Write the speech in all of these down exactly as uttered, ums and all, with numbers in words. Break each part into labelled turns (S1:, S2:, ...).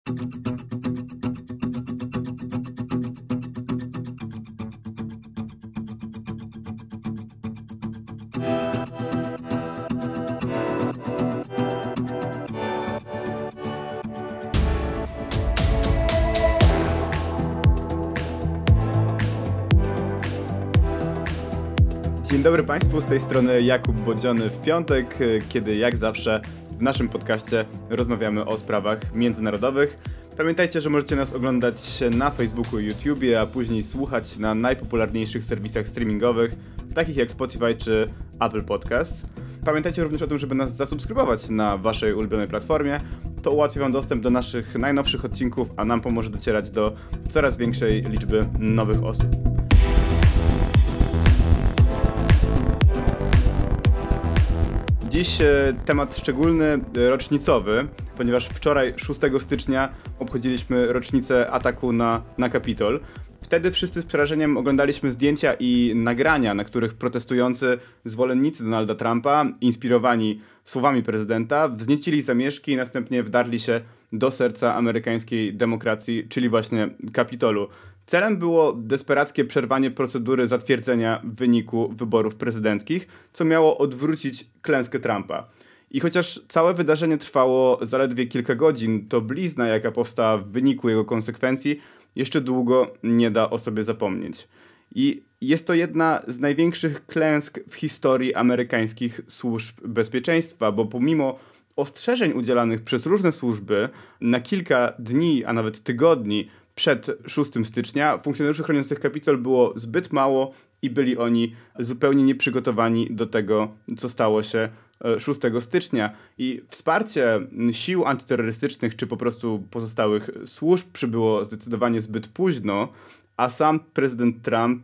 S1: Dzień dobry Państwu, z tej strony Jakub Bodziony w piątek, kiedy jak zawsze w naszym podcaście rozmawiamy o sprawach międzynarodowych. Pamiętajcie, że możecie nas oglądać na Facebooku i YouTubie, a później słuchać na najpopularniejszych serwisach streamingowych, takich jak Spotify czy Apple Podcasts. Pamiętajcie również o tym, żeby nas zasubskrybować na Waszej ulubionej platformie. To ułatwi Wam dostęp do naszych najnowszych odcinków, a nam pomoże docierać do coraz większej liczby nowych osób. Dziś temat szczególny, rocznicowy, ponieważ wczoraj, szóstego stycznia, obchodziliśmy rocznicę ataku na, na Kapitol. Wtedy wszyscy z przerażeniem oglądaliśmy zdjęcia i nagrania, na których protestujący zwolennicy Donalda Trumpa, inspirowani słowami prezydenta, wzniecili zamieszki i następnie wdarli się do serca amerykańskiej demokracji, czyli właśnie Kapitolu. Celem było desperackie przerwanie procedury zatwierdzenia wyniku wyborów prezydenckich, co miało odwrócić klęskę Trumpa. I chociaż całe wydarzenie trwało zaledwie kilka godzin, to blizna, jaka powstała w wyniku jego konsekwencji, jeszcze długo nie da o sobie zapomnieć. I jest to jedna z największych klęsk w historii amerykańskich służb bezpieczeństwa, bo pomimo ostrzeżeń udzielanych przez różne służby na kilka dni, a nawet tygodni przed szóstego stycznia, funkcjonariuszy chroniących Kapitol było zbyt mało i byli oni zupełnie nieprzygotowani do tego, co stało się szóstego stycznia. I wsparcie sił antyterrorystycznych czy po prostu pozostałych służb przybyło zdecydowanie zbyt późno, a sam prezydent Trump,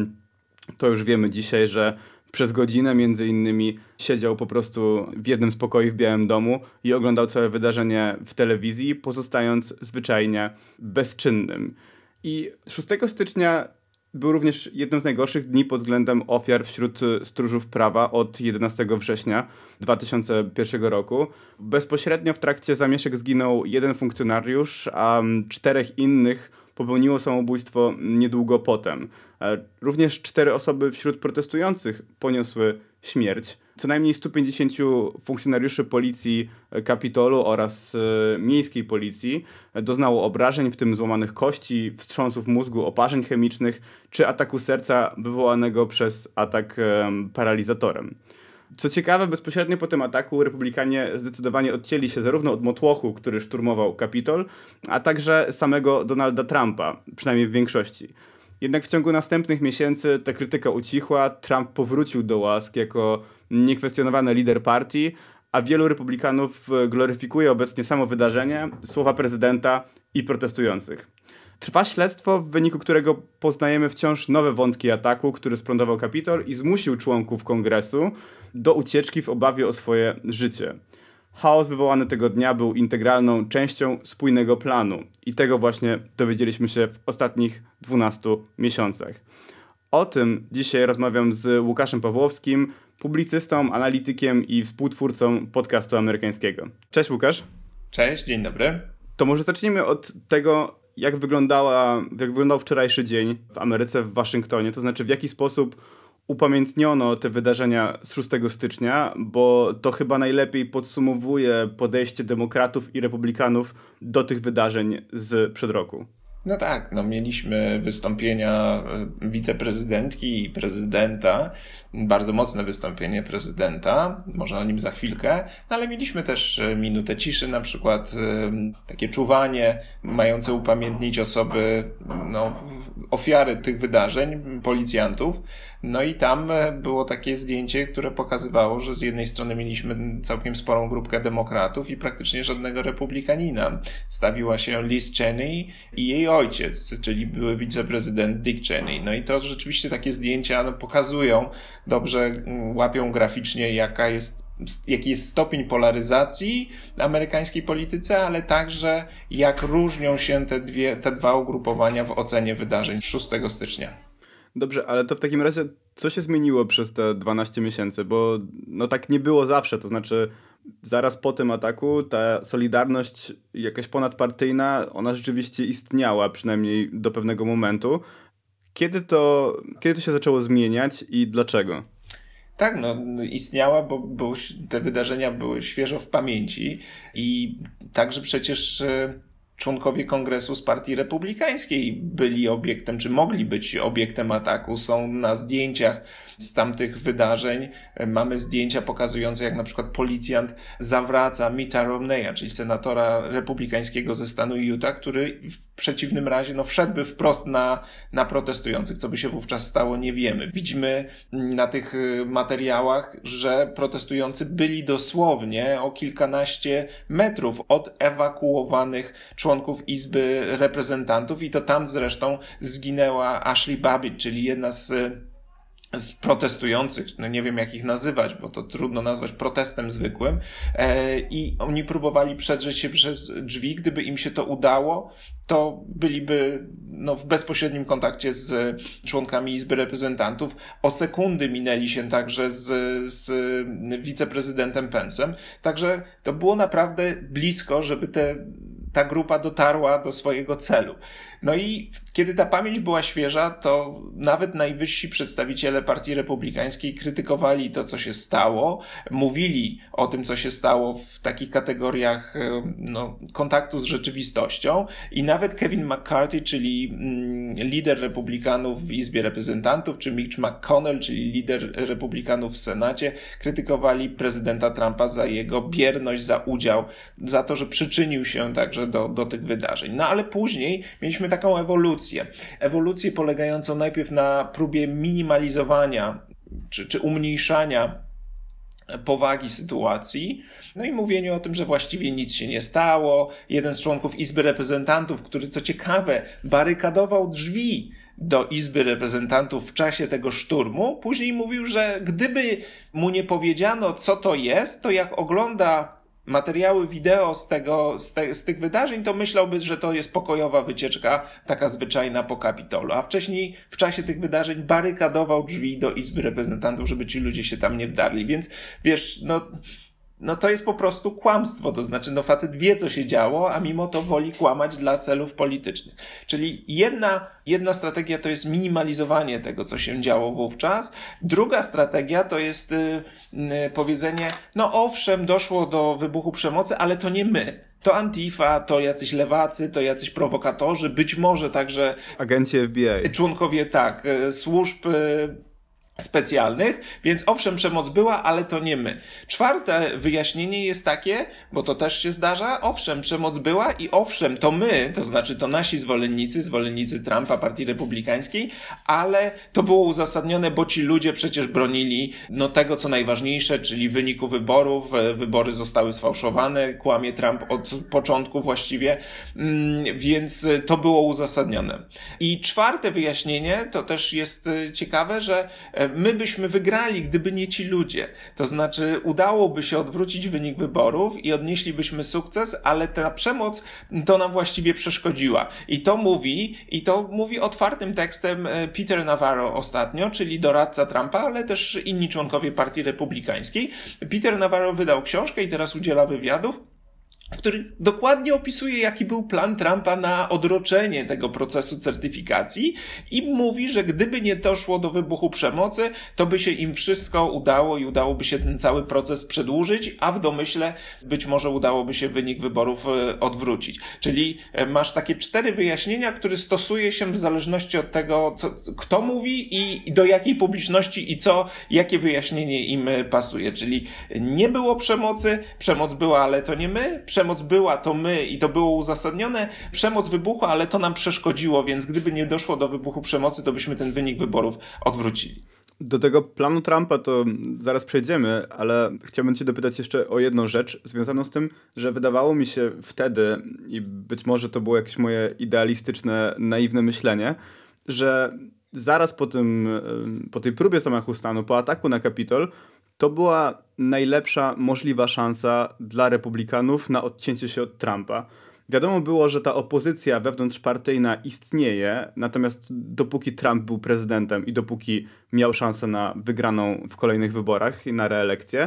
S1: to już wiemy dzisiaj, że przez godzinę między innymi siedział po prostu w jednym z pokoi w Białym Domu i oglądał całe wydarzenie w telewizji, pozostając zwyczajnie bezczynnym. I szóstego stycznia był również jednym z najgorszych dni pod względem ofiar wśród stróżów prawa od jedenastego września dwa tysiące pierwszego roku. Bezpośrednio w trakcie zamieszek zginął jeden funkcjonariusz, a czterech innych popełniło samobójstwo niedługo potem. Również cztery osoby wśród protestujących poniosły śmierć. Co najmniej stu pięćdziesięciu funkcjonariuszy policji Kapitolu oraz miejskiej policji doznało obrażeń, w tym złamanych kości, wstrząsów mózgu, oparzeń chemicznych czy ataku serca wywołanego przez atak paralizatorem. Co ciekawe, bezpośrednio po tym ataku republikanie zdecydowanie odcięli się zarówno od motłochu, który szturmował Kapitol, a także samego Donalda Trumpa, przynajmniej w większości. Jednak w ciągu następnych miesięcy ta krytyka ucichła, Trump powrócił do łask jako niekwestionowany lider partii, a wielu republikanów gloryfikuje obecnie samo wydarzenie, słowa prezydenta i protestujących. Trwa śledztwo, w wyniku którego poznajemy wciąż nowe wątki ataku, który sprądował Kapitol i zmusił członków kongresu do ucieczki w obawie o swoje życie. Chaos wywołany tego dnia był integralną częścią spójnego planu i tego właśnie dowiedzieliśmy się w ostatnich dwunastu miesiącach. O tym dzisiaj rozmawiam z Łukaszem Pawłowskim, publicystą, analitykiem i współtwórcą podcastu amerykańskiego. Cześć Łukasz.
S2: Cześć, dzień dobry.
S1: To może zacznijmy od tego, jak wyglądała, jak wyglądał wczorajszy dzień w Ameryce, w Waszyngtonie, to znaczy w jaki sposób upamiętniono te wydarzenia z szóstego stycznia, bo to chyba najlepiej podsumowuje podejście demokratów i republikanów do tych wydarzeń z przed roku.
S2: No tak, no mieliśmy wystąpienia wiceprezydentki i prezydenta, bardzo mocne wystąpienie prezydenta, może o nim za chwilkę, no ale mieliśmy też minutę ciszy, na przykład takie czuwanie mające upamiętnić osoby, no, ofiary tych wydarzeń, policjantów, no i tam było takie zdjęcie, które pokazywało, że z jednej strony mieliśmy całkiem sporą grupkę demokratów i praktycznie żadnego republikanina. Stawiła się Liz Cheney i jej ojciec, czyli były wiceprezydent Dick Cheney. No i to rzeczywiście takie zdjęcia no, pokazują, dobrze łapią graficznie, jaka jest, jaki jest stopień polaryzacji w amerykańskiej polityce, ale także jak różnią się te, dwie, te dwa ugrupowania w ocenie wydarzeń szóstego stycznia.
S1: Dobrze, ale to w takim razie co się zmieniło przez te dwanaście miesięcy? Bo no tak nie było zawsze, to znaczy zaraz po tym ataku ta solidarność jakaś ponadpartyjna, ona rzeczywiście istniała, przynajmniej do pewnego momentu. Kiedy to, kiedy to się zaczęło zmieniać i dlaczego?
S2: Tak, no istniała, bo, bo te wydarzenia były świeżo w pamięci i także przecież członkowie kongresu z partii republikańskiej byli obiektem, czy mogli być obiektem ataku. Są na zdjęciach z tamtych wydarzeń. Mamy zdjęcia pokazujące, jak na przykład policjant zawraca Mitta Romneya, czyli senatora republikańskiego ze stanu Utah, który w przeciwnym razie no, wszedłby wprost na, na protestujących. Co by się wówczas stało, nie wiemy. Widzimy na tych materiałach, że protestujący byli dosłownie o kilkanaście metrów od ewakuowanych członków Izby Reprezentantów i to tam zresztą zginęła Ashley Babbitt, czyli jedna z z protestujących, no nie wiem jak ich nazywać, bo to trudno nazwać protestem zwykłym, e, i oni próbowali przedrzeć się przez drzwi. Gdyby im się to udało, to byliby no, w bezpośrednim kontakcie z członkami Izby Reprezentantów. O sekundy minęli się także z, z wiceprezydentem Pence'em. Także to było naprawdę blisko, żeby te ta grupa dotarła do swojego celu. No i kiedy ta pamięć była świeża, to nawet najwyżsi przedstawiciele partii republikańskiej krytykowali to, co się stało, mówili o tym, co się stało w takich kategoriach no, kontaktu z rzeczywistością i nawet Kevin McCarthy, czyli mm, lider republikanów w Izbie Reprezentantów, czy Mitch McConnell, czyli lider republikanów w Senacie, krytykowali prezydenta Trumpa za jego bierność, za udział, za to, że przyczynił się także do, do tych wydarzeń. No ale później mieliśmy taką ewolucję. Ewolucję polegającą najpierw na próbie minimalizowania czy, czy umniejszania powagi sytuacji, no i mówieniu o tym, że właściwie nic się nie stało. Jeden z członków Izby Reprezentantów, który co ciekawe barykadował drzwi do Izby Reprezentantów w czasie tego szturmu, później mówił, że gdyby mu nie powiedziano, co to jest, to jak ogląda materiały wideo z tego, z, te, z tych wydarzeń, to myślałby, że to jest pokojowa wycieczka, taka zwyczajna po Kapitolu. A wcześniej, w czasie tych wydarzeń, barykadował drzwi do Izby Reprezentantów, żeby ci ludzie się tam nie wdarli. Więc wiesz, no, no to jest po prostu kłamstwo. To znaczy, no facet wie, co się działo, a mimo to woli kłamać dla celów politycznych. Czyli jedna, jedna strategia to jest minimalizowanie tego, co się działo wówczas. Druga strategia to jest yy, yy, powiedzenie, no owszem, doszło do wybuchu przemocy, ale to nie my. To Antifa, to jacyś lewacy, to jacyś prowokatorzy, być może także
S1: agenci F B I.
S2: Członkowie, tak, służb specjalnych, więc owszem, przemoc była, ale to nie my. Czwarte wyjaśnienie jest takie, bo to też się zdarza, owszem, przemoc była i owszem, to my, to znaczy to nasi zwolennicy, zwolennicy Trumpa, Partii Republikańskiej, ale to było uzasadnione, bo ci ludzie przecież bronili no tego, co najważniejsze, czyli wyniku wyborów. Wybory zostały sfałszowane, kłamie Trump od początku właściwie, więc to było uzasadnione. I czwarte wyjaśnienie, to też jest ciekawe, że my byśmy wygrali, gdyby nie ci ludzie. To znaczy udałoby się odwrócić wynik wyborów i odnieślibyśmy sukces, ale ta przemoc to nam właściwie przeszkodziła. I to mówi, i to mówi otwartym tekstem Peter Navarro ostatnio, czyli doradca Trumpa, ale też inni członkowie Partii Republikańskiej. Peter Navarro wydał książkę i teraz udziela wywiadów, w których dokładnie opisuje, jaki był plan Trumpa na odroczenie tego procesu certyfikacji i mówi, że gdyby nie doszło do wybuchu przemocy, to by się im wszystko udało i udałoby się ten cały proces przedłużyć, a w domyśle być może udałoby się wynik wyborów odwrócić. Czyli masz takie cztery wyjaśnienia, które stosuje się w zależności od tego, co, kto mówi i do jakiej publiczności i co, jakie wyjaśnienie im pasuje. Czyli nie było przemocy, przemoc była, ale to nie my, przemoc była, to my i to było uzasadnione. Przemoc wybuchła, ale to nam przeszkodziło, więc gdyby nie doszło do wybuchu przemocy, to byśmy ten wynik wyborów odwrócili.
S1: Do tego planu Trumpa to zaraz przejdziemy, ale chciałbym cię dopytać jeszcze o jedną rzecz związaną z tym, że wydawało mi się wtedy, i być może to było jakieś moje idealistyczne, naiwne myślenie, że zaraz po tym, po tej próbie zamachu stanu, po ataku na Kapitol, to była najlepsza możliwa szansa dla republikanów na odcięcie się od Trumpa. Wiadomo było, że ta opozycja wewnątrzpartyjna istnieje, natomiast dopóki Trump był prezydentem i dopóki miał szansę na wygraną w kolejnych wyborach i na reelekcję,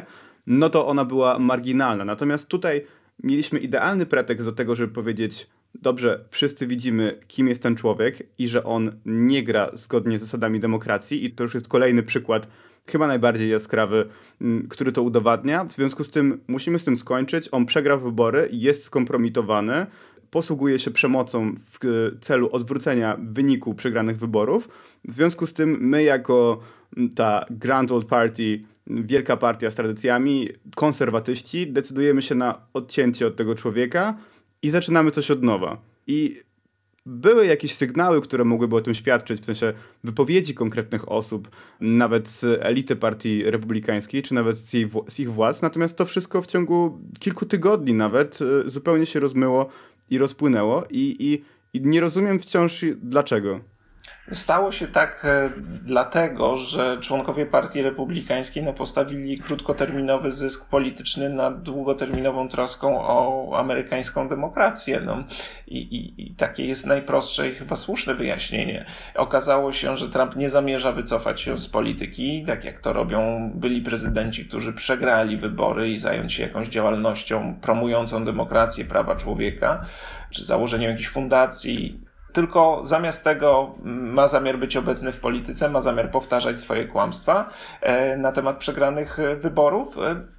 S1: no to ona była marginalna. Natomiast tutaj mieliśmy idealny pretekst do tego, żeby powiedzieć: dobrze, wszyscy widzimy, kim jest ten człowiek i że on nie gra zgodnie z zasadami demokracji, i to już jest kolejny przykład, chyba najbardziej jaskrawy, który to udowadnia. W związku z tym musimy z tym skończyć. On przegrał wybory, jest skompromitowany, posługuje się przemocą w celu odwrócenia wyniku przegranych wyborów. W związku z tym my, jako ta Grand Old Party, wielka partia z tradycjami, konserwatyści, decydujemy się na odcięcie od tego człowieka i zaczynamy coś od nowa. I były jakieś sygnały, które mogłyby o tym świadczyć, w sensie wypowiedzi konkretnych osób, nawet z elity partii republikańskiej, czy nawet z, jej, z ich władz. Natomiast to wszystko w ciągu kilku tygodni nawet zupełnie się rozmyło i rozpłynęło i, i, i nie rozumiem wciąż dlaczego.
S2: Stało się tak dlatego, że członkowie Partii Republikańskiej no, postawili krótkoterminowy zysk polityczny nad długoterminową troską o amerykańską demokrację. No. I, i, I takie jest najprostsze i chyba słuszne wyjaśnienie. Okazało się, że Trump nie zamierza wycofać się z polityki, tak jak to robią byli prezydenci, którzy przegrali wybory, i zająć się jakąś działalnością promującą demokrację, prawa człowieka, czy założeniem jakiejś fundacji. Tylko zamiast tego ma zamiar być obecny w polityce, ma zamiar powtarzać swoje kłamstwa na temat przegranych wyborów.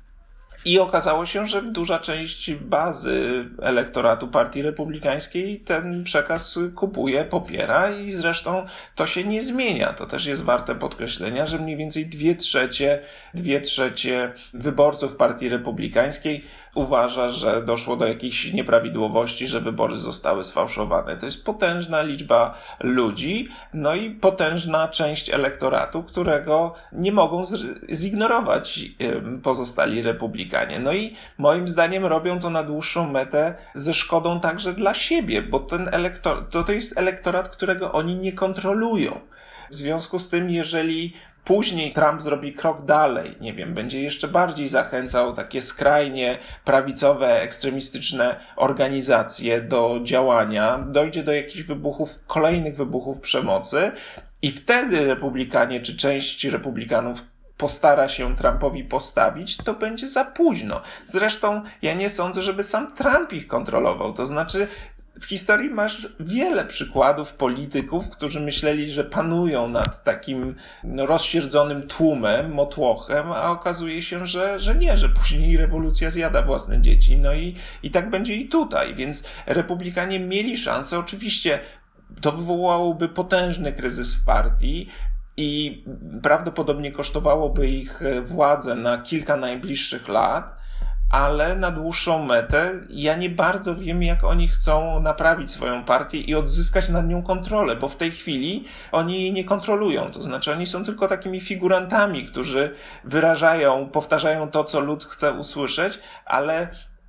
S2: I okazało się, że duża część bazy elektoratu Partii Republikańskiej ten przekaz kupuje, popiera, i zresztą to się nie zmienia. To też jest warte podkreślenia, że mniej więcej dwie trzecie, dwie trzecie wyborców Partii Republikańskiej uważa, że doszło do jakiejś nieprawidłowości, że wybory zostały sfałszowane. To jest potężna liczba ludzi, no i potężna część elektoratu, którego nie mogą zignorować pozostali republikanie. No i moim zdaniem robią to na dłuższą metę ze szkodą także dla siebie, bo ten elektor, to, to jest elektorat, którego oni nie kontrolują. W związku z tym, jeżeli później Trump zrobi krok dalej, nie wiem, będzie jeszcze bardziej zachęcał takie skrajnie prawicowe, ekstremistyczne organizacje do działania, dojdzie do jakichś wybuchów, kolejnych wybuchów przemocy, i wtedy republikanie, czy część republikanów postara się Trumpowi postawić, to będzie za późno. Zresztą ja nie sądzę, żeby sam Trump ich kontrolował. To znaczy, w historii masz wiele przykładów polityków, którzy myśleli, że panują nad takim no, rozsierdzonym tłumem, motłochem, a okazuje się, że, że nie, że później rewolucja zjada własne dzieci. No i, i tak będzie i tutaj. Więc republikanie mieli szansę. Oczywiście to wywołałoby potężny kryzys w partii i prawdopodobnie kosztowałoby ich władzę na kilka najbliższych lat, ale na dłuższą metę ja nie bardzo wiem, jak oni chcą naprawić swoją partię i odzyskać nad nią kontrolę, bo w tej chwili oni jej nie kontrolują. To znaczy oni są tylko takimi figurantami, którzy wyrażają, powtarzają to, co lud chce usłyszeć, ale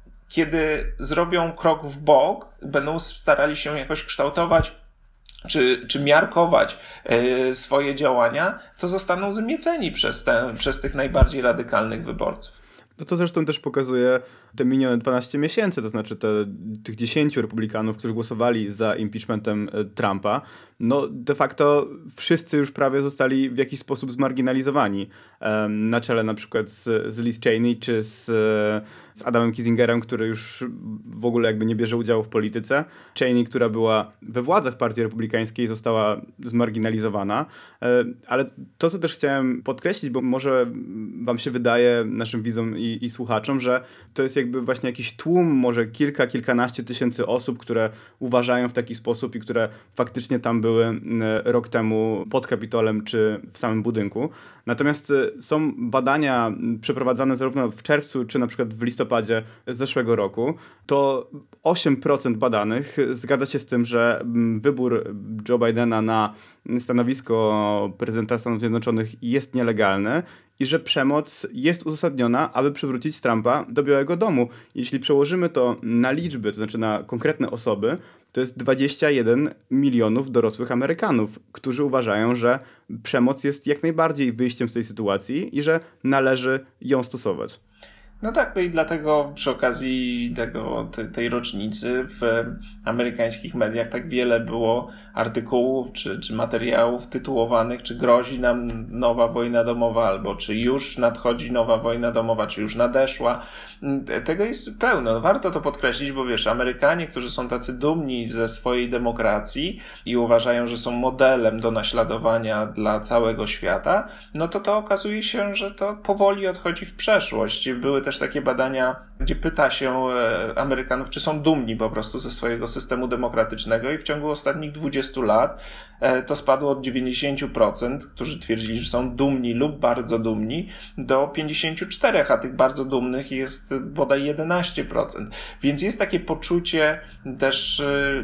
S2: kiedy zrobią krok w bok, będą starali się jakoś kształtować czy, czy miarkować y, swoje działania, to zostaną zmieceni przez, te, przez tych najbardziej radykalnych wyborców.
S1: No to zresztą też pokazuje te minione dwanaście miesięcy, to znaczy te, tych dziesięciu republikanów, którzy głosowali za impeachmentem Trumpa. No de facto wszyscy już prawie zostali w jakiś sposób zmarginalizowani. Na czele na przykład z, z Liz Cheney czy z, z Adamem Kissingerem, który już w ogóle jakby nie bierze udziału w polityce. Cheney, która była we władzach Partii Republikańskiej, została zmarginalizowana. Ale to, co też chciałem podkreślić, bo może wam się wydaje, naszym widzom i, i słuchaczom, że to jest jakby właśnie jakiś tłum, może kilka, kilkanaście tysięcy osób, które uważają w taki sposób i które faktycznie tam były rok temu pod Kapitolem czy w samym budynku. Natomiast są badania przeprowadzane zarówno w czerwcu, czy na przykład w listopadzie zeszłego roku. To osiem procent badanych zgadza się z tym, że wybór Joe Bidena na stanowisko prezydenta Stanów Zjednoczonych jest nielegalny i że przemoc jest uzasadniona, aby przywrócić Trumpa do Białego Domu. Jeśli przełożymy to na liczby, to znaczy na konkretne osoby, to jest dwadzieścia jeden milionów dorosłych Amerykanów, którzy uważają, że przemoc jest jak najbardziej wyjściem z tej sytuacji i że należy ją stosować.
S2: No tak, no i dlatego przy okazji tego, te, tej rocznicy w amerykańskich mediach tak wiele było artykułów czy, czy materiałów tytułowanych, czy grozi nam nowa wojna domowa, albo czy już nadchodzi nowa wojna domowa, czy już nadeszła. Tego jest pełno. Warto to podkreślić, bo wiesz, Amerykanie, którzy są tacy dumni ze swojej demokracji i uważają, że są modelem do naśladowania dla całego świata, no to to okazuje się, że to powoli odchodzi w przeszłość. Były też takie badania, gdzie pyta się Amerykanów, czy są dumni po prostu ze swojego systemu demokratycznego i w ciągu ostatnich dwudziestu lat to spadło od dziewięćdziesiąt procent, którzy twierdzili, że są dumni lub bardzo dumni, do pięćdziesiąt cztery procent, a tych bardzo dumnych jest bodaj jedenaście procent. Więc jest takie poczucie też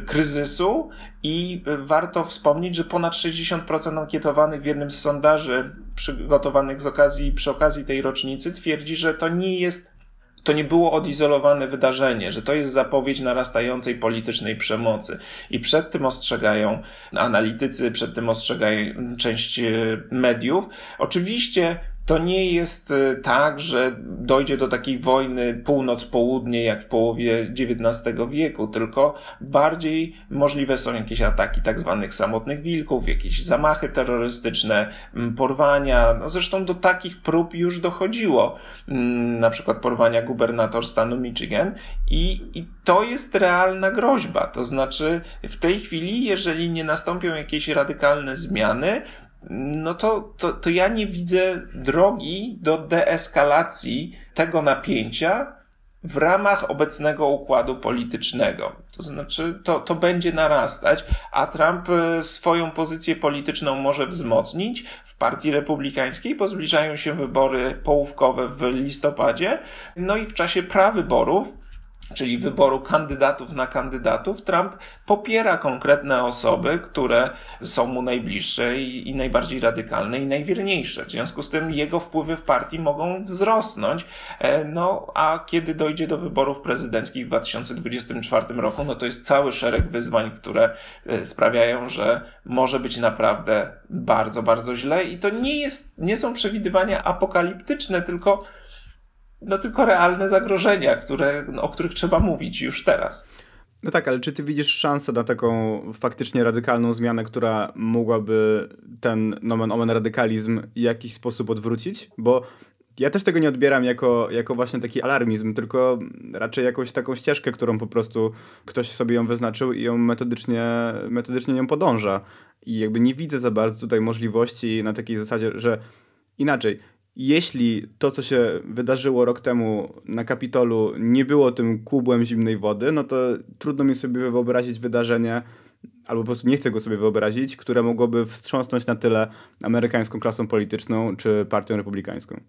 S2: kryzysu i warto wspomnieć, że ponad sześćdziesiąt procent ankietowanych w jednym z sondaży przygotowanych z okazji, przy okazji tej rocznicy twierdzi, że to nie jest To nie było odizolowane wydarzenie, że to jest zapowiedź narastającej politycznej przemocy. I przed tym ostrzegają analitycy, przed tym ostrzegają część mediów. Oczywiście to nie jest tak, że dojdzie do takiej wojny północ-południe jak w połowie dziewiętnastego wieku, tylko bardziej możliwe są jakieś ataki tak zwanych samotnych wilków, jakieś zamachy terrorystyczne, porwania. No zresztą do takich prób już dochodziło. Na przykład porwania gubernator stanu Michigan i, i to jest realna groźba. To znaczy w tej chwili, jeżeli nie nastąpią jakieś radykalne zmiany, no to, to, to ja nie widzę drogi do deeskalacji tego napięcia w ramach obecnego układu politycznego. To znaczy, to, to będzie narastać, a Trump swoją pozycję polityczną może wzmocnić w partii republikańskiej, bo zbliżają się wybory połówkowe w listopadzie, no i w czasie prawyborów, czyli wyboru kandydatów na kandydatów, Trump popiera konkretne osoby, które są mu najbliższe i, i najbardziej radykalne i najwierniejsze. W związku z tym jego wpływy w partii mogą wzrosnąć, no a kiedy dojdzie do wyborów prezydenckich w dwa tysiące dwudziestym czwartym roku, no to jest cały szereg wyzwań, które sprawiają, że może być naprawdę bardzo, bardzo źle i to nie jest, nie są przewidywania apokaliptyczne, tylko no tylko realne zagrożenia, które, o których trzeba mówić już teraz.
S1: No tak, ale czy ty widzisz szansę na taką faktycznie radykalną zmianę, która mogłaby ten nomen omen radykalizm w jakiś sposób odwrócić? Bo ja też tego nie odbieram jako, jako właśnie taki alarmizm, tylko raczej jakąś taką ścieżkę, którą po prostu ktoś sobie ją wyznaczył i ją metodycznie, metodycznie nią podąża. I jakby nie widzę za bardzo tutaj możliwości na takiej zasadzie, że inaczej, jeśli to, co się wydarzyło rok temu na Kapitolu, nie było tym kubłem zimnej wody, no to trudno mi sobie wyobrazić wydarzenie, albo po prostu nie chcę go sobie wyobrazić, które mogłoby wstrząsnąć na tyle amerykańską klasą polityczną czy partią republikańską.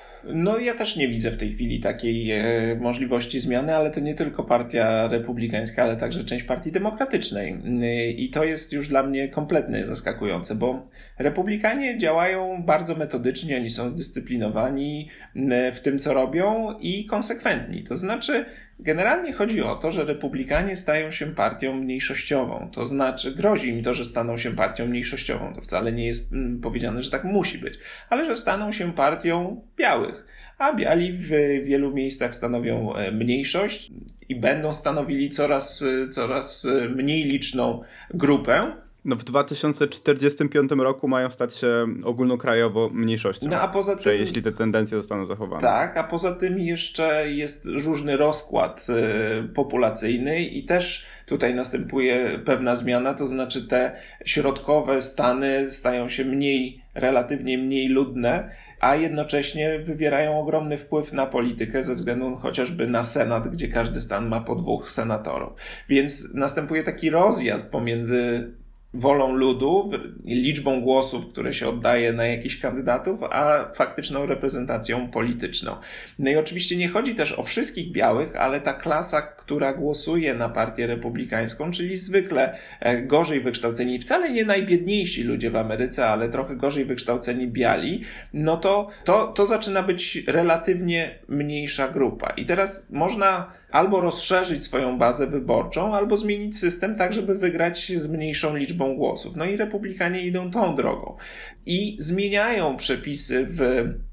S2: No ja też nie widzę w tej chwili takiej e, możliwości zmiany, ale to nie tylko partia republikańska, ale także część partii demokratycznej. E, I to jest już dla mnie kompletnie zaskakujące, bo republikanie działają bardzo metodycznie, oni są zdyscyplinowani e, w tym, co robią i konsekwentni. To znaczy generalnie chodzi o to, że republikanie stają się partią mniejszościową. To znaczy grozi im to, że staną się partią mniejszościową. To wcale nie jest mm, powiedziane, że tak musi być, ale że staną się partią białych. A biali w wielu miejscach stanowią mniejszość i będą stanowili coraz, coraz mniej liczną grupę.
S1: No w dwa tysiące czterdziestym piątym roku mają stać się ogólnokrajowo mniejszością.
S2: No a poza tym,
S1: jeśli te tendencje zostaną zachowane.
S2: Tak, a poza tym jeszcze jest różny rozkład y, populacyjny i też tutaj następuje pewna zmiana, to znaczy te środkowe stany stają się mniej, relatywnie mniej ludne, a jednocześnie wywierają ogromny wpływ na politykę ze względu chociażby na Senat, gdzie każdy stan ma po dwóch senatorów. Więc następuje taki rozjazd pomiędzy wolą ludu, liczbą głosów, które się oddaje na jakichś kandydatów, a faktyczną reprezentacją polityczną. No i oczywiście nie chodzi też o wszystkich białych, ale ta klasa, która głosuje na partię republikańską, czyli zwykle gorzej wykształceni, wcale nie najbiedniejsi ludzie w Ameryce, ale trochę gorzej wykształceni biali, no to, to, to zaczyna być relatywnie mniejsza grupa. I teraz można albo rozszerzyć swoją bazę wyborczą, albo zmienić system tak, żeby wygrać z mniejszą liczbą głosów. No i republikanie idą tą drogą. I zmieniają przepisy w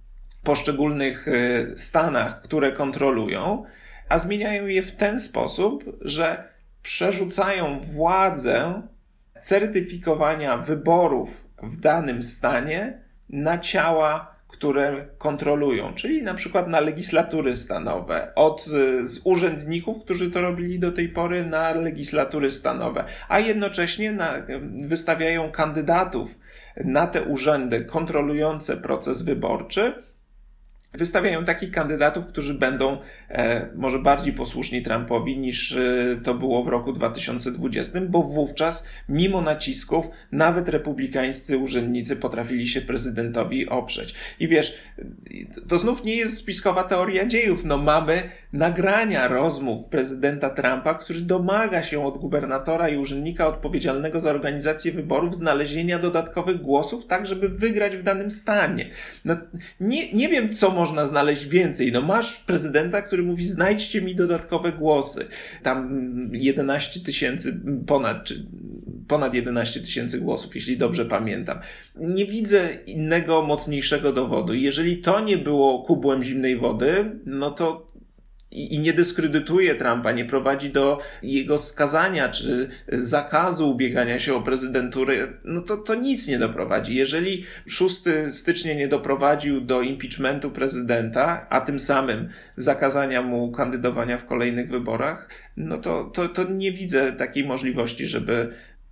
S2: poszczególnych stanach, które kontrolują, a zmieniają je w ten sposób, że przerzucają władzę certyfikowania wyborów w danym stanie na ciała, które kontrolują, czyli na przykład na legislatury stanowe, od z urzędników, którzy to robili do tej pory, na legislatury stanowe, a jednocześnie na, wystawiają kandydatów na te urzędy kontrolujące proces wyborczy. Wystawiają takich kandydatów, którzy będą e, może bardziej posłuszni Trumpowi niż e, to było w roku dwa tysiące dwudziestym, bo wówczas mimo nacisków nawet republikańscy urzędnicy potrafili się prezydentowi oprzeć. I wiesz, to znów nie jest spiskowa teoria dziejów. No mamy nagrania rozmów prezydenta Trumpa, który domaga się od gubernatora i urzędnika odpowiedzialnego za organizację wyborów znalezienia dodatkowych głosów, tak żeby wygrać w danym stanie. No, nie, nie wiem, co można znaleźć więcej. No masz prezydenta, który mówi, znajdźcie mi dodatkowe głosy. Tam jedenaście tysięcy, ponad, czy ponad jedenaście tysięcy głosów, jeśli dobrze pamiętam. Nie widzę innego, mocniejszego dowodu. Jeżeli to nie było kubłem zimnej wody, no to i nie dyskredytuje Trumpa, nie prowadzi do jego skazania czy zakazu ubiegania się o prezydenturę, no to, to nic nie doprowadzi. Jeżeli szóstego stycznia nie doprowadził do impeachmentu prezydenta, a tym samym zakazania mu kandydowania w kolejnych wyborach, no to, to, to nie widzę takiej możliwości, żeby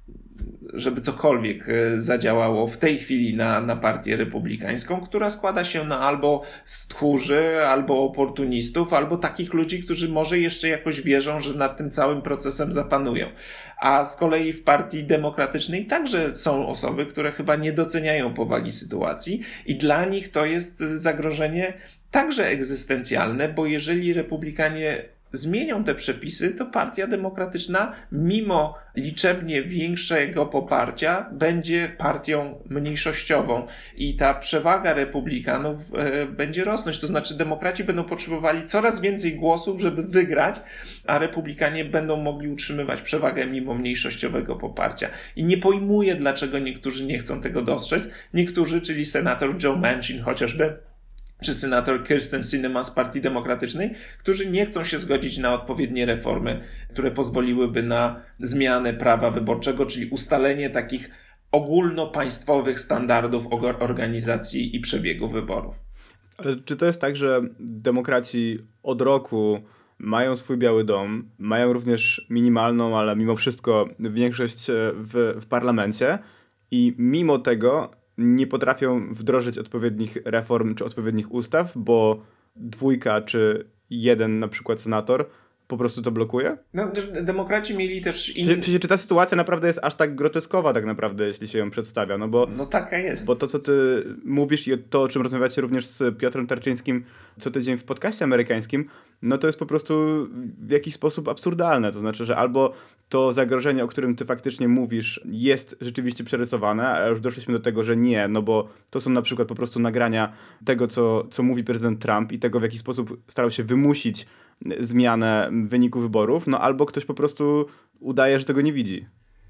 S2: żeby cokolwiek zadziałało w tej chwili na, na partię republikańską, która składa się na albo stchórzy, albo oportunistów, albo takich ludzi, którzy może jeszcze jakoś wierzą, że nad tym całym procesem zapanują. A z kolei w partii demokratycznej także są osoby, które chyba nie doceniają powagi sytuacji i dla nich to jest zagrożenie także egzystencjalne, bo jeżeli republikanie zmienią te przepisy, to Partia Demokratyczna, mimo liczebnie większego poparcia, będzie partią mniejszościową i ta przewaga republikanów e, będzie rosnąć. To znaczy demokraci będą potrzebowali coraz więcej głosów, żeby wygrać, a republikanie będą mogli utrzymywać przewagę mimo mniejszościowego poparcia. I nie pojmuję, dlaczego niektórzy nie chcą tego dostrzec. Niektórzy, czyli senator Joe Manchin chociażby, czy senator Kyrsten Sinema z Partii Demokratycznej, którzy nie chcą się zgodzić na odpowiednie reformy, które pozwoliłyby na zmianę prawa wyborczego, czyli ustalenie takich ogólnopaństwowych standardów organizacji i przebiegu wyborów.
S1: Ale czy to jest tak, że demokraci od roku mają swój Biały Dom, mają również minimalną, ale mimo wszystko większość w, w parlamencie i mimo tego nie potrafią wdrożyć odpowiednich reform czy odpowiednich ustaw, bo dwójka czy jeden na przykład senator po prostu to blokuje?
S2: No, demokraci mieli też inny...
S1: Czy, czy, czy ta sytuacja naprawdę jest aż tak groteskowa tak naprawdę, jeśli się ją przedstawia? No bo
S2: no taka jest.
S1: Bo to, co ty mówisz i to, o czym rozmawiacie również z Piotrem Tarczyńskim co tydzień w podcaście amerykańskim, no to jest po prostu w jakiś sposób absurdalne. To znaczy, że albo to zagrożenie, o którym ty faktycznie mówisz, jest rzeczywiście przerysowane, a już doszliśmy do tego, że nie, no bo to są na przykład po prostu nagrania tego, co, co mówi prezydent Trump i tego, w jaki sposób starał się wymusić zmianę wyniku wyborów, no albo ktoś po prostu udaje, że tego nie widzi.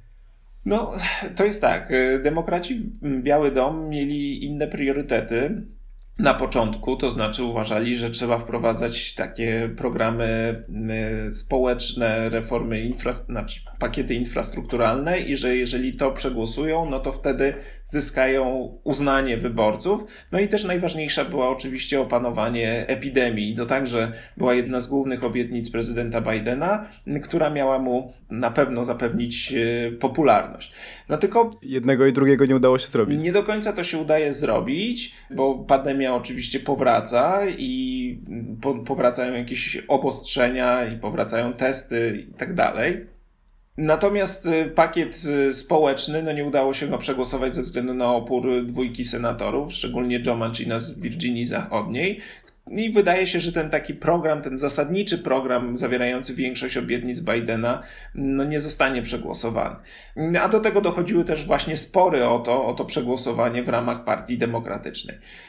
S2: No, to jest tak. Demokraci Biały Dom mieli inne priorytety na początku, to znaczy uważali, że trzeba wprowadzać takie programy społeczne, reformy, infra... znaczy pakiety infrastrukturalne i że jeżeli to przegłosują, no to wtedy zyskają uznanie wyborców. No i też najważniejsza była oczywiście opanowanie epidemii. To także była jedna z głównych obietnic prezydenta Bidena, która miała mu na pewno zapewnić popularność. No tylko
S1: jednego i drugiego nie udało się zrobić.
S2: Nie do końca to się udaje zrobić, bo pandemia oczywiście powraca i po, powracają jakieś obostrzenia i powracają testy i tak dalej. Natomiast pakiet społeczny, no nie udało się go przegłosować ze względu na opór dwójki senatorów, szczególnie Joe Manchina z Virginii Zachodniej. I wydaje się, że ten taki program, ten zasadniczy program zawierający większość obietnic Bidena, no nie zostanie przegłosowany. A do tego dochodziły też właśnie spory o to, o to przegłosowanie w ramach Partii Demokratycznej.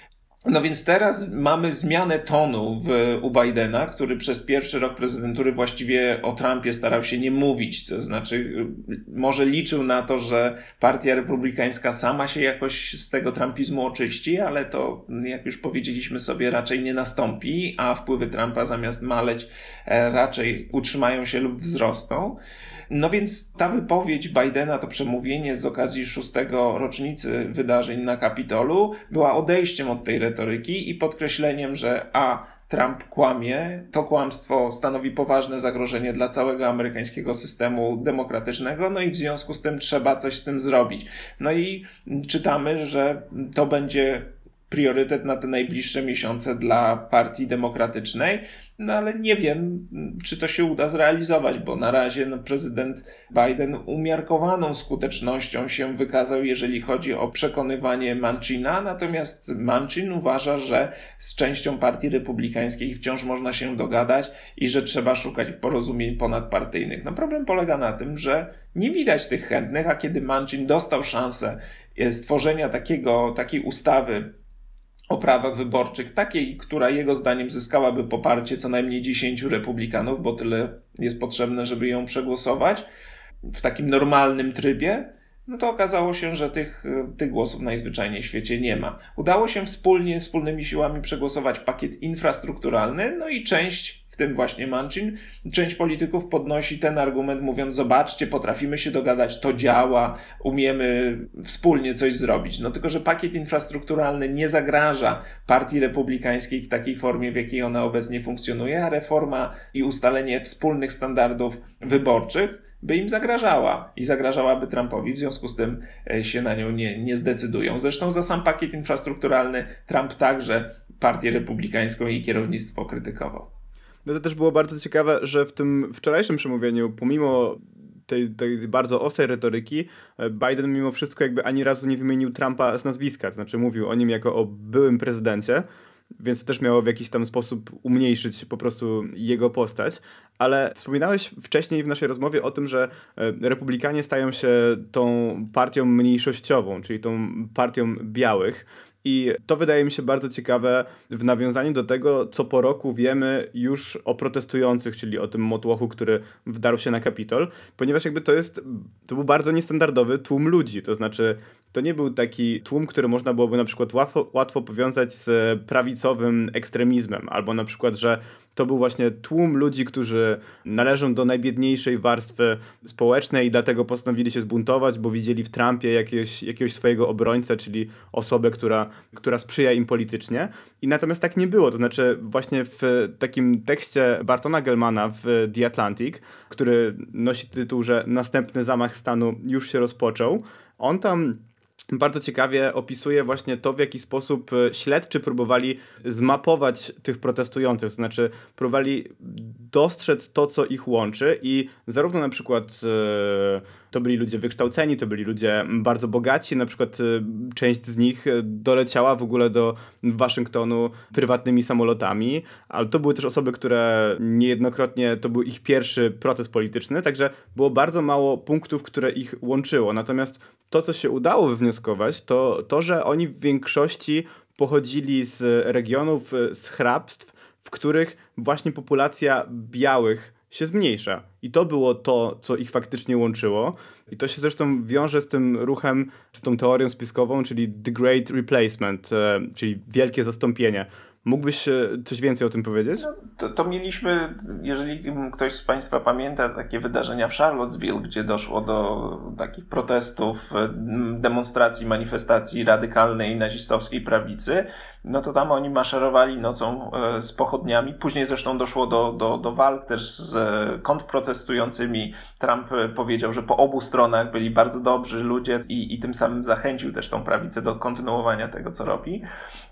S2: No więc teraz mamy zmianę tonu w, u Bidena, który przez pierwszy rok prezydentury właściwie o Trumpie starał się nie mówić, to znaczy może liczył na to, że partia republikańska sama się jakoś z tego trumpizmu oczyści, ale to, jak już powiedzieliśmy sobie, raczej nie nastąpi, a wpływy Trumpa zamiast maleć raczej utrzymają się lub wzrosną. No więc ta wypowiedź Bidena, to przemówienie z okazji szóstego rocznicy wydarzeń na Kapitolu była odejściem od tej retoryki i podkreśleniem, że a Trump kłamie, to kłamstwo stanowi poważne zagrożenie dla całego amerykańskiego systemu demokratycznego, no i w związku z tym trzeba coś z tym zrobić. No i czytamy, że to będzie priorytet na te najbliższe miesiące dla Partii Demokratycznej, no ale nie wiem, czy to się uda zrealizować, bo na razie no, prezydent Biden umiarkowaną skutecznością się wykazał, jeżeli chodzi o przekonywanie Manchina, natomiast Manchin uważa, że z częścią Partii Republikańskiej wciąż można się dogadać i że trzeba szukać porozumień ponadpartyjnych. No problem polega na tym, że nie widać tych chętnych, a kiedy Manchin dostał szansę stworzenia takiego, takiej ustawy o prawach wyborczych, takiej, która jego zdaniem zyskałaby poparcie co najmniej dziesięciu republikanów, bo tyle jest potrzebne, żeby ją przegłosować w takim normalnym trybie, no to okazało się, że tych, tych głosów najzwyczajniej w świecie nie ma. Udało się wspólnie, wspólnymi siłami przegłosować pakiet infrastrukturalny, no i część, w tym właśnie Manchin, część polityków podnosi ten argument, mówiąc: zobaczcie, potrafimy się dogadać, to działa, umiemy wspólnie coś zrobić. No tylko, że pakiet infrastrukturalny nie zagraża Partii Republikańskiej w takiej formie, w jakiej ona obecnie funkcjonuje, a reforma i ustalenie wspólnych standardów wyborczych by im zagrażała i zagrażałaby Trumpowi, w związku z tym się na nią nie, nie zdecydują. Zresztą za sam pakiet infrastrukturalny Trump także Partię Republikańską i kierownictwo krytykował.
S1: No to też było bardzo ciekawe, że w tym wczorajszym przemówieniu, pomimo tej, tej bardzo ostrej retoryki, Biden mimo wszystko jakby ani razu nie wymienił Trumpa z nazwiska, to znaczy mówił o nim jako o byłym prezydencie, więc to też miało w jakiś tam sposób umniejszyć po prostu jego postać. Ale wspominałeś wcześniej w naszej rozmowie o tym, że republikanie stają się tą partią mniejszościową, czyli tą partią białych. I to wydaje mi się bardzo ciekawe w nawiązaniu do tego, co po roku wiemy już o protestujących, czyli o tym motłochu, który wdarł się na Kapitol, ponieważ jakby to jest, to był bardzo niestandardowy tłum ludzi, to znaczy to nie był taki tłum, który można byłoby na przykład łatwo, łatwo powiązać z prawicowym ekstremizmem, albo na przykład, że to był właśnie tłum ludzi, którzy należą do najbiedniejszej warstwy społecznej i dlatego postanowili się zbuntować, bo widzieli w Trumpie jakiegoś, jakiegoś swojego obrońcę, czyli osobę, która, która sprzyja im politycznie. I natomiast tak nie było. To znaczy właśnie w takim tekście Bartona Gellmana w The Atlantic, który nosi tytuł, że następny zamach stanu już się rozpoczął, on tam bardzo ciekawie opisuje właśnie to, w jaki sposób śledczy próbowali zmapować tych protestujących, to znaczy próbowali dostrzec to, co ich łączy i zarówno na przykład e, to byli ludzie wykształceni, to byli ludzie bardzo bogaci, na przykład e, część z nich doleciała w ogóle do Waszyngtonu prywatnymi samolotami, ale to były też osoby, które niejednokrotnie to był ich pierwszy protest polityczny, także było bardzo mało punktów, które ich łączyło, natomiast to, co się udało wywnioskować, to to, że oni w większości pochodzili z regionów, z hrabstw, w których właśnie populacja białych się zmniejsza. I to było to, co ich faktycznie łączyło. I to się zresztą wiąże z tym ruchem, czy tą teorią spiskową, czyli The Great Replacement, czyli wielkie zastąpienie. Mógłbyś coś więcej o tym powiedzieć?
S2: No, to, to mieliśmy, jeżeli ktoś z Państwa pamięta, takie wydarzenia w Charlottesville, gdzie doszło do takich protestów, demonstracji, manifestacji radykalnej nazistowskiej prawicy, no to tam oni maszerowali nocą z pochodniami. Później zresztą doszło do, do, do walk też z kontrprotestującymi. Trump powiedział, że po obu stronach byli bardzo dobrzy ludzie i, i tym samym zachęcił też tą prawicę do kontynuowania tego, co robi.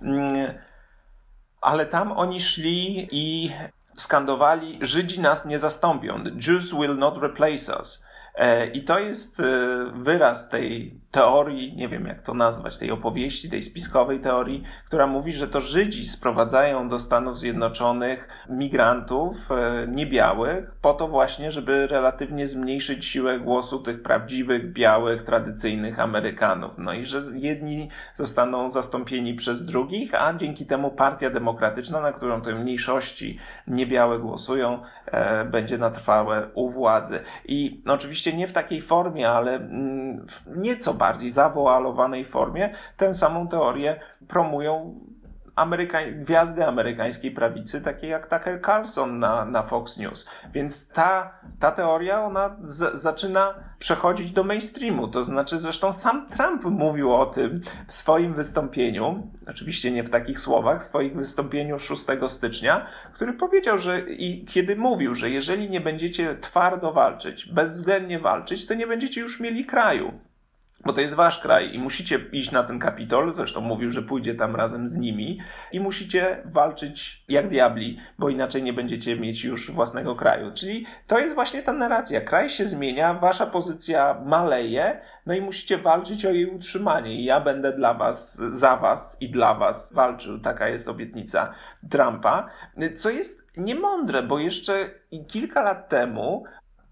S2: Ale tam oni szli i skandowali: Żydzi nas nie zastąpią. The Jews will not replace us. I to jest wyraz tej teorii, nie wiem jak to nazwać, tej opowieści, tej spiskowej teorii, która mówi, że to Żydzi sprowadzają do Stanów Zjednoczonych migrantów niebiałych po to właśnie, żeby relatywnie zmniejszyć siłę głosu tych prawdziwych, białych, tradycyjnych Amerykanów. No i że jedni zostaną zastąpieni przez drugich, a dzięki temu Partia Demokratyczna, na którą te mniejszości niebiałe głosują, e, będzie na trwałe u władzy. I no, oczywiście nie w takiej formie, ale mm, w nieco bardziej zawoalowanej formie tę samą teorię promują Ameryka- gwiazdy amerykańskiej prawicy, takie jak Tucker Carlson na, na Fox News. Więc ta, ta teoria, ona z, zaczyna przechodzić do mainstreamu. To znaczy, zresztą sam Trump mówił o tym w swoim wystąpieniu, oczywiście nie w takich słowach, w swoim wystąpieniu szóstego stycznia, który powiedział, że i kiedy mówił, że jeżeli nie będziecie twardo walczyć, bezwzględnie walczyć, to nie będziecie już mieli kraju. Bo to jest wasz kraj i musicie iść na ten Kapitol, zresztą mówił, że pójdzie tam razem z nimi i musicie walczyć jak diabli, bo inaczej nie będziecie mieć już własnego kraju. Czyli to jest właśnie ta narracja. Kraj się zmienia, wasza pozycja maleje, no i musicie walczyć o jej utrzymanie i ja będę dla was, za was i dla was walczył. Taka jest obietnica Trumpa, co jest niemądre, bo jeszcze kilka lat temu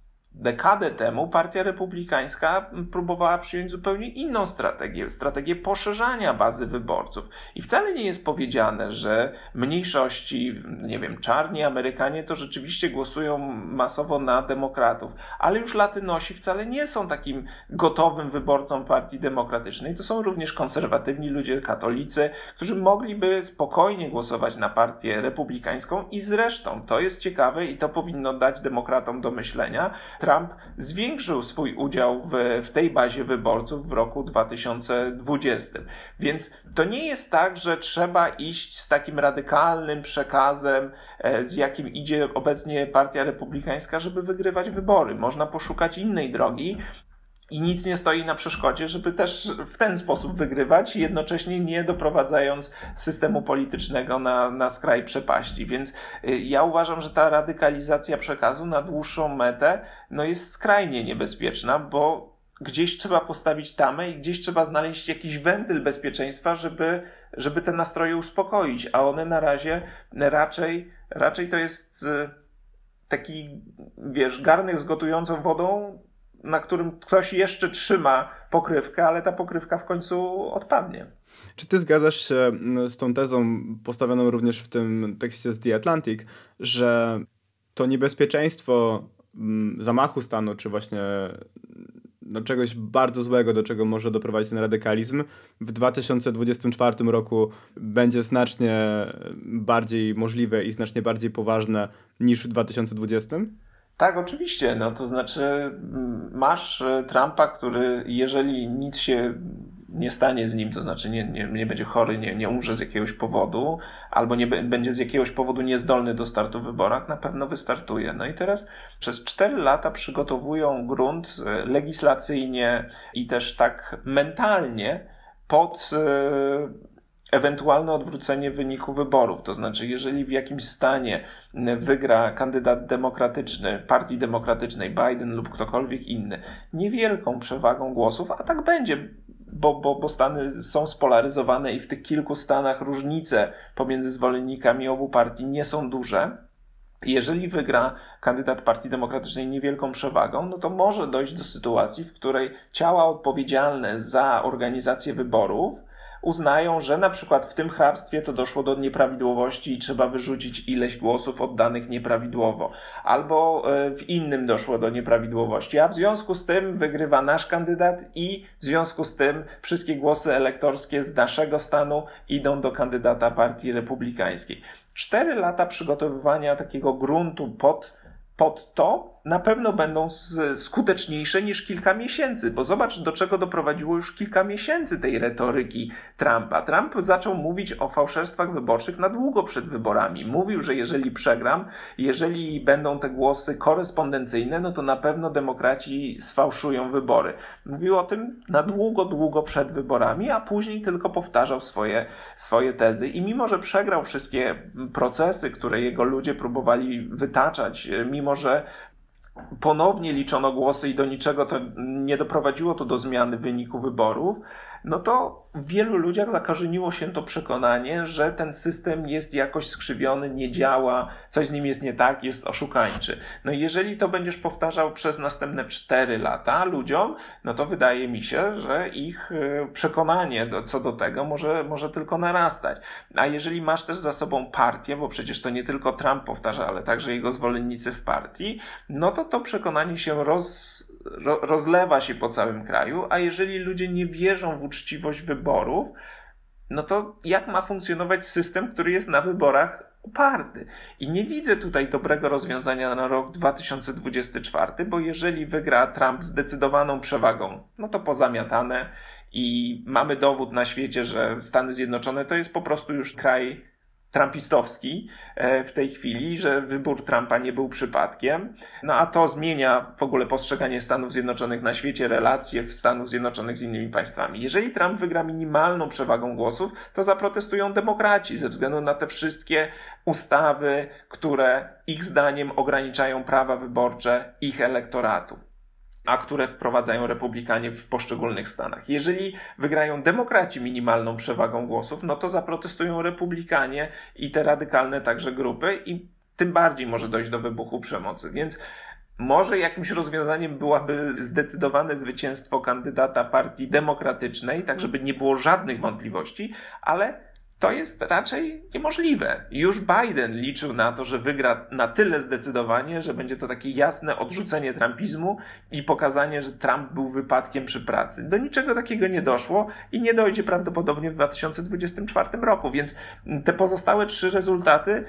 S2: Dekadę temu Partia Republikańska próbowała przyjąć zupełnie inną strategię, strategię poszerzania bazy wyborców. I wcale nie jest powiedziane, że mniejszości, nie wiem, czarni Amerykanie to rzeczywiście głosują masowo na demokratów, ale już Latynosi wcale nie są takim gotowym wyborcą Partii Demokratycznej. To są również konserwatywni ludzie, katolicy, którzy mogliby spokojnie głosować na Partię Republikańską i zresztą to jest ciekawe i to powinno dać demokratom do myślenia. Trump zwiększył swój udział w, w tej bazie wyborców w roku dwa tysiące dwudziestym. Więc to nie jest tak, że trzeba iść z takim radykalnym przekazem, z jakim idzie obecnie Partia Republikańska, żeby wygrywać wybory. Można poszukać innej drogi. I nic nie stoi na przeszkodzie, żeby też w ten sposób wygrywać, jednocześnie nie doprowadzając systemu politycznego na, na skraj przepaści. Więc ja uważam, że ta radykalizacja przekazu na dłuższą metę no jest skrajnie niebezpieczna, bo gdzieś trzeba postawić tamę i gdzieś trzeba znaleźć jakiś wentyl bezpieczeństwa, żeby, żeby te nastroje uspokoić, a one na razie raczej, raczej to jest taki, wiesz, garnek z gotującą wodą, na którym ktoś jeszcze trzyma pokrywkę, ale ta pokrywka w końcu odpadnie.
S1: Czy ty zgadzasz się z tą tezą postawioną również w tym tekście z The Atlantic, że to niebezpieczeństwo zamachu stanu, czy właśnie no, czegoś bardzo złego, do czego może doprowadzić ten radykalizm, w dwa tysiące dwudziestym czwartym roku będzie znacznie bardziej możliwe i znacznie bardziej poważne niż w dwa tysiące dwudziestym?
S2: Tak, oczywiście. No to znaczy masz Trumpa, który jeżeli nic się nie stanie z nim, to znaczy nie, nie, nie będzie chory, nie, nie umrze z jakiegoś powodu, albo nie będzie z jakiegoś powodu niezdolny do startu w wyborach, na pewno wystartuje. No i teraz przez cztery lata przygotowują grunt legislacyjnie i też tak mentalnie pod ewentualne odwrócenie wyniku wyborów. To znaczy, jeżeli w jakimś stanie wygra kandydat demokratyczny, partii demokratycznej, Biden lub ktokolwiek inny, niewielką przewagą głosów, a tak będzie, bo, bo, bo Stany są spolaryzowane i w tych kilku stanach różnice pomiędzy zwolennikami obu partii nie są duże. Jeżeli wygra kandydat Partii Demokratycznej niewielką przewagą, no to może dojść do sytuacji, w której ciała odpowiedzialne za organizację wyborów uznają, że na przykład w tym hrabstwie to doszło do nieprawidłowości i trzeba wyrzucić ileś głosów oddanych nieprawidłowo. Albo w innym doszło do nieprawidłowości, a w związku z tym wygrywa nasz kandydat i w związku z tym wszystkie głosy elektorskie z naszego stanu idą do kandydata Partii Republikańskiej. Cztery lata przygotowywania takiego gruntu pod, pod to na pewno będą skuteczniejsze niż kilka miesięcy, bo zobacz, do czego doprowadziło już kilka miesięcy tej retoryki Trumpa. Trump zaczął mówić o fałszerstwach wyborczych na długo przed wyborami. Mówił, że jeżeli przegram, jeżeli będą te głosy korespondencyjne, no to na pewno demokraci sfałszują wybory. Mówił o tym na długo, długo przed wyborami, a później tylko powtarzał swoje, swoje tezy i mimo, że przegrał wszystkie procesy, które jego ludzie próbowali wytaczać, mimo, że ponownie liczono głosy i do niczego to nie doprowadziło to do zmiany wyniku wyborów, no to w wielu ludziach zakorzeniło się to przekonanie, że ten system jest jakoś skrzywiony, nie działa, coś z nim jest nie tak, jest oszukańczy. No i jeżeli to będziesz powtarzał przez następne cztery lata ludziom, no to wydaje mi się, że ich przekonanie do, co do tego może, może tylko narastać. A jeżeli masz też za sobą partię, bo przecież to nie tylko Trump powtarza, ale także jego zwolennicy w partii, no to to przekonanie się roz, ro, rozlewa się po całym kraju, a jeżeli ludzie nie wierzą w uczciwość wyborów, no to jak ma funkcjonować system, który jest na wyborach oparty? I nie widzę tutaj dobrego rozwiązania na rok dwa tysiące dwudziesty czwarty, bo jeżeli wygra Trump zdecydowaną przewagą, no to pozamiatane i mamy dowód na świecie, że Stany Zjednoczone to jest po prostu już kraj trumpistowski w tej chwili, że wybór Trumpa nie był przypadkiem. No a to zmienia w ogóle postrzeganie Stanów Zjednoczonych na świecie, relacje w Stanów Zjednoczonych z innymi państwami. Jeżeli Trump wygra minimalną przewagą głosów, to zaprotestują demokraci ze względu na te wszystkie ustawy, które ich zdaniem ograniczają prawa wyborcze ich elektoratu, a które wprowadzają republikanie w poszczególnych stanach. Jeżeli wygrają demokraci minimalną przewagą głosów, no to zaprotestują republikanie i te radykalne także grupy i tym bardziej może dojść do wybuchu przemocy. Więc może jakimś rozwiązaniem byłaby zdecydowane zwycięstwo kandydata partii demokratycznej, tak żeby nie było żadnych wątpliwości, ale to jest raczej niemożliwe. Już Biden liczył na to, że wygra na tyle zdecydowanie, że będzie to takie jasne odrzucenie trumpizmu i pokazanie, że Trump był wypadkiem przy pracy. Do niczego takiego nie doszło i nie dojdzie prawdopodobnie w dwa tysiące dwudziestym czwartym roku, więc te pozostałe trzy rezultaty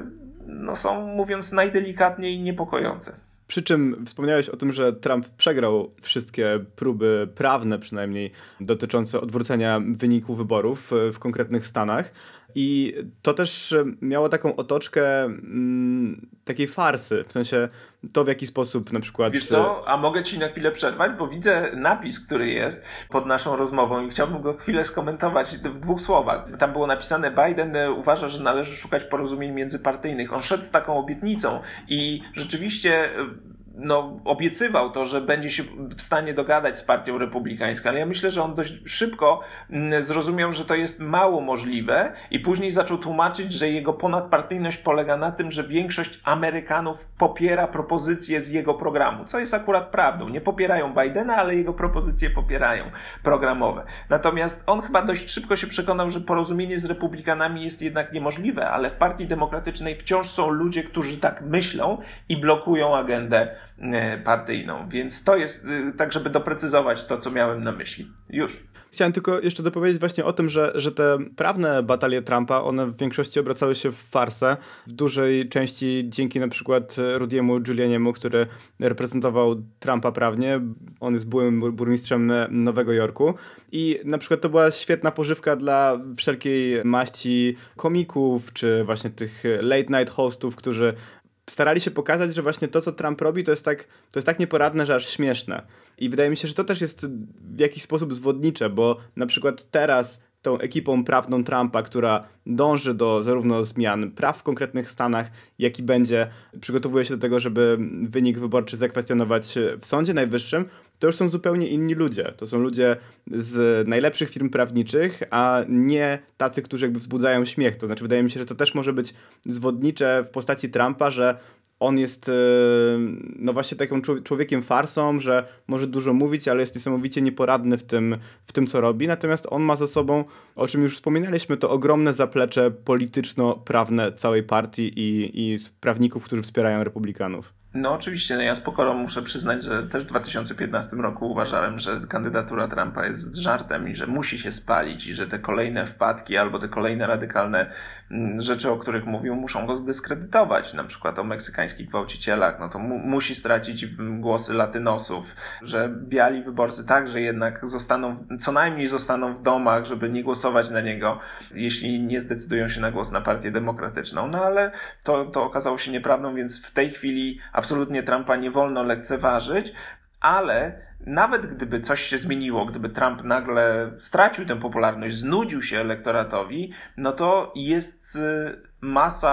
S2: no, są, mówiąc najdelikatniej, niepokojące.
S1: Przy czym wspomniałeś o tym, że Trump przegrał wszystkie próby prawne przynajmniej dotyczące odwrócenia wyniku wyborów w konkretnych stanach. I to też miało taką otoczkę mm, takiej farsy, w sensie to w jaki sposób na przykład...
S2: Wiesz co, a mogę ci na chwilę przerwać, bo widzę napis, który jest pod naszą rozmową i chciałbym go chwilę skomentować w dwóch słowach. Tam było napisane: Biden uważa, że należy szukać porozumień międzypartyjnych. On szedł z taką obietnicą i rzeczywiście... no, obiecywał to, że będzie się w stanie dogadać z partią republikańską, ale ja myślę, że on dość szybko zrozumiał, że to jest mało możliwe i później zaczął tłumaczyć, że jego ponadpartyjność polega na tym, że większość Amerykanów popiera propozycje z jego programu, co jest akurat prawdą. Nie popierają Bidena, ale jego propozycje popierają programowe. Natomiast on chyba dość szybko się przekonał, że porozumienie z republikanami jest jednak niemożliwe, ale w partii demokratycznej wciąż są ludzie, którzy tak myślą i blokują agendę partyjną, więc to jest tak, żeby doprecyzować to, co miałem na myśli. Już.
S1: Chciałem tylko jeszcze dopowiedzieć właśnie o tym, że, że te prawne batalie Trumpa, one w większości obracały się w farsę, w dużej części dzięki na przykład Rudiemu Giulianiemu, który reprezentował Trumpa prawnie. On jest byłym burmistrzem Nowego Jorku i na przykład to była świetna pożywka dla wszelkiej maści komików, czy właśnie tych late night hostów, którzy starali się pokazać, że właśnie to, co Trump robi, to jest tak, to jest tak nieporadne, że aż śmieszne. I wydaje mi się, że to też jest w jakiś sposób zwodnicze, bo na przykład teraz tą ekipą prawną Trumpa, która dąży do zarówno zmian praw w konkretnych stanach, jak i będzie, przygotowuje się do tego, żeby wynik wyborczy zakwestionować w Sądzie Najwyższym, to już są zupełnie inni ludzie. To są ludzie z najlepszych firm prawniczych, a nie tacy, którzy jakby wzbudzają śmiech. To znaczy wydaje mi się, że to też może być zwodnicze w postaci Trumpa, że on jest no właśnie takim człowiekiem farsą, że może dużo mówić, ale jest niesamowicie nieporadny w tym, w tym, co robi. Natomiast on ma za sobą, o czym już wspominaliśmy, to ogromne zaplecze polityczno-prawne całej partii i, i prawników, którzy wspierają republikanów.
S2: No oczywiście, no ja z pokorą muszę przyznać, że też w dwa tysiące piętnastym roku uważałem, że kandydatura Trumpa jest żartem i że musi się spalić i że te kolejne wpadki albo te kolejne radykalne rzeczy, o których mówił, muszą go zdyskredytować. Na przykład o meksykańskich gwałcicielach, no to mu- musi stracić głosy latynosów, że biali wyborcy także jednak zostaną, co najmniej zostaną w domach, żeby nie głosować na niego, jeśli nie zdecydują się na głos na partię demokratyczną. No ale to, to okazało się nieprawdą, więc w tej chwili absolutnie Trumpa nie wolno lekceważyć, ale nawet gdyby coś się zmieniło, gdyby Trump nagle stracił tę popularność, znudził się elektoratowi, no to jest masa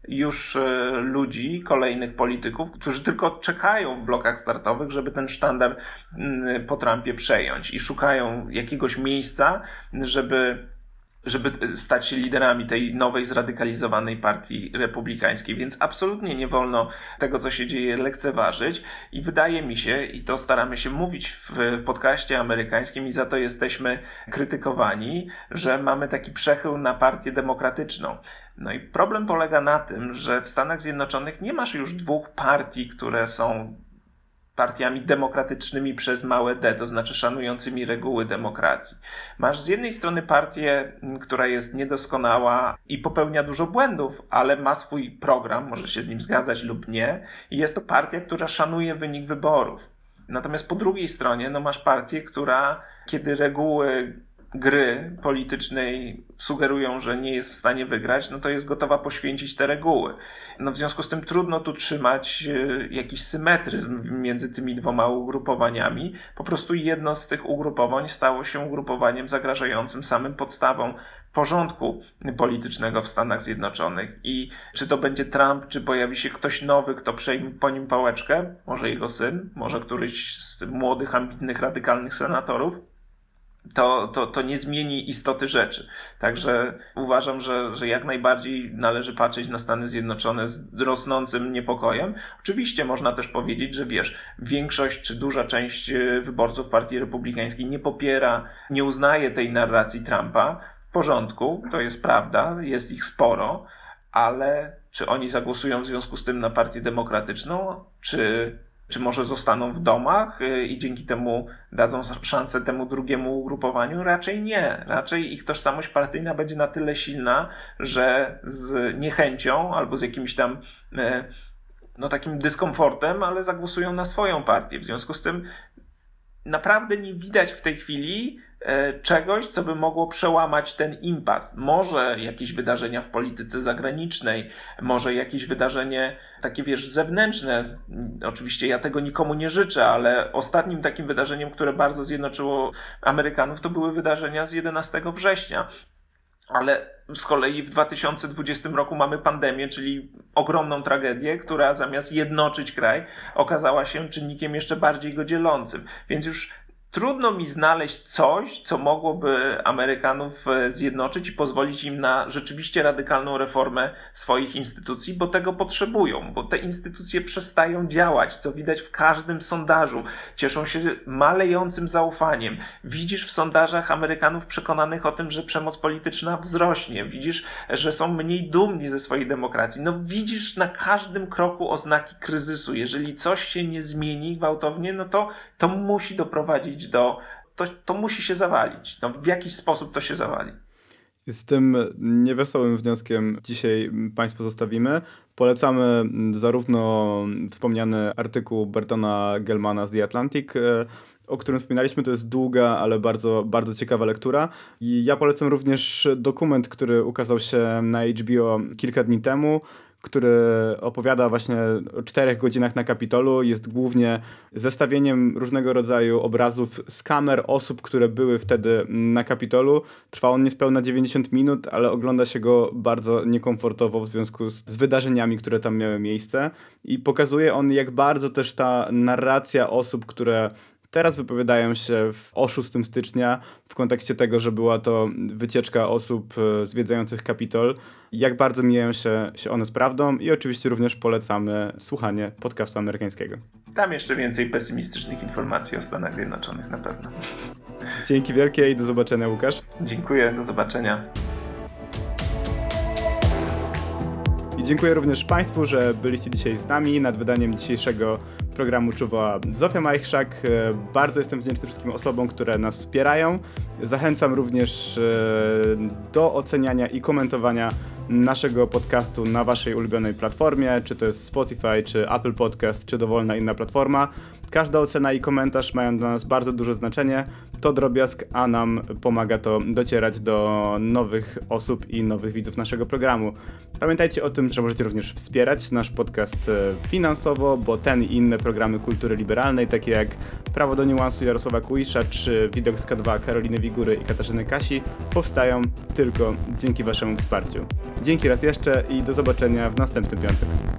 S2: już ludzi, kolejnych polityków, którzy tylko czekają w blokach startowych, żeby ten sztandar po Trumpie przejąć i szukają jakiegoś miejsca, żeby żeby stać się liderami tej nowej, zradykalizowanej partii republikańskiej. Więc absolutnie nie wolno tego, co się dzieje, lekceważyć i wydaje mi się, i to staramy się mówić w podcaście amerykańskim i za to jesteśmy krytykowani, że mamy taki przechył na partię demokratyczną. No i problem polega na tym, że w Stanach Zjednoczonych nie masz już dwóch partii, które są partiami demokratycznymi przez małe d, to znaczy szanującymi reguły demokracji. Masz z jednej strony partię, która jest niedoskonała i popełnia dużo błędów, ale ma swój program, może się z nim zgadzać lub nie, i jest to partia, która szanuje wynik wyborów. Natomiast po drugiej stronie no masz partię, która kiedy reguły gry politycznej sugerują, że nie jest w stanie wygrać, no to jest gotowa poświęcić te reguły. No w związku z tym trudno tu trzymać jakiś symetryzm między tymi dwoma ugrupowaniami. Po prostu jedno z tych ugrupowań stało się ugrupowaniem zagrażającym samym podstawom porządku politycznego w Stanach Zjednoczonych. I czy to będzie Trump, czy pojawi się ktoś nowy, kto przejmie po nim pałeczkę, może jego syn, może któryś z młodych, ambitnych, radykalnych senatorów, To, to, to nie zmieni istoty rzeczy. Także uważam, że, że jak najbardziej należy patrzeć na Stany Zjednoczone z rosnącym niepokojem. Oczywiście można też powiedzieć, że wiesz, większość czy duża część wyborców Partii Republikańskiej nie popiera, nie uznaje tej narracji Trumpa. W porządku, to jest prawda, jest ich sporo, ale czy oni zagłosują w związku z tym na Partię Demokratyczną, czy Czy może zostaną w domach i dzięki temu dadzą szansę temu drugiemu ugrupowaniu? Raczej nie. Raczej ich tożsamość partyjna będzie na tyle silna, że z niechęcią albo z jakimś tam no takim dyskomfortem, ale zagłosują na swoją partię. W związku z tym naprawdę nie widać w tej chwili czegoś, co by mogło przełamać ten impas. Może jakieś wydarzenia w polityce zagranicznej, może jakieś wydarzenie takie, wiesz, zewnętrzne. Oczywiście ja tego nikomu nie życzę, ale ostatnim takim wydarzeniem, które bardzo zjednoczyło Amerykanów, to były wydarzenia z jedenastego września. Ale z kolei w dwa tysiące dwudziestym roku mamy pandemię, czyli ogromną tragedię, która zamiast jednoczyć kraj, okazała się czynnikiem jeszcze bardziej go dzielącym. Więc już trudno mi znaleźć coś, co mogłoby Amerykanów zjednoczyć i pozwolić im na rzeczywiście radykalną reformę swoich instytucji, bo tego potrzebują, bo te instytucje przestają działać, co widać w każdym sondażu. Cieszą się malejącym zaufaniem. Widzisz w sondażach Amerykanów przekonanych o tym, że przemoc polityczna wzrośnie. Widzisz, że są mniej dumni ze swojej demokracji. No widzisz na każdym kroku oznaki kryzysu. Jeżeli coś się nie zmieni gwałtownie, no to to musi doprowadzić do... To, to musi się zawalić. No, w jakiś sposób to się zawali.
S1: Z tym niewesołym wnioskiem dzisiaj Państwu zostawimy. Polecamy zarówno wspomniany artykuł Bertona Gellmana z The Atlantic, o którym wspominaliśmy. To jest długa, ale bardzo, bardzo ciekawa lektura. I ja polecam również dokument, który ukazał się na H B O kilka dni temu, który opowiada właśnie o czterech godzinach na Kapitolu. Jest głównie zestawieniem różnego rodzaju obrazów z kamer osób, które były wtedy na Kapitolu. Trwa on niespełna dziewięćdziesiąt minut, ale ogląda się go bardzo niekomfortowo w związku z, z wydarzeniami, które tam miały miejsce. I pokazuje on, jak bardzo też ta narracja osób, które teraz wypowiadają się o szóstego stycznia w kontekście tego, że była to wycieczka osób zwiedzających Kapitol, jak bardzo mijają się, się one z prawdą i oczywiście również polecamy słuchanie podcastu amerykańskiego.
S2: Tam jeszcze więcej pesymistycznych informacji o Stanach Zjednoczonych na pewno.
S1: Dzięki wielkie i do zobaczenia, Łukasz.
S2: Dziękuję, do zobaczenia.
S1: I dziękuję również Państwu, że byliście dzisiaj z nami. Nad wydaniem dzisiejszego programu czuwała Zofia Majchrzak. Bardzo jestem wdzięczny wszystkim osobom, które nas wspierają. Zachęcam również do oceniania i komentowania naszego podcastu na Waszej ulubionej platformie, czy to jest Spotify, czy Apple Podcast, czy dowolna inna platforma. Każda ocena i komentarz mają dla nas bardzo duże znaczenie. To drobiazg, a nam pomaga to docierać do nowych osób i nowych widzów naszego programu. Pamiętajcie o tym, że możecie również wspierać nasz podcast finansowo, bo ten i inne programy kultury liberalnej, takie jak Prawo do niuansu Jarosława Kuisza czy Widok z K dwa Karoliny Wigury i Katarzyny Kasi powstają tylko dzięki waszemu wsparciu. Dzięki raz jeszcze i do zobaczenia w następnym piątek.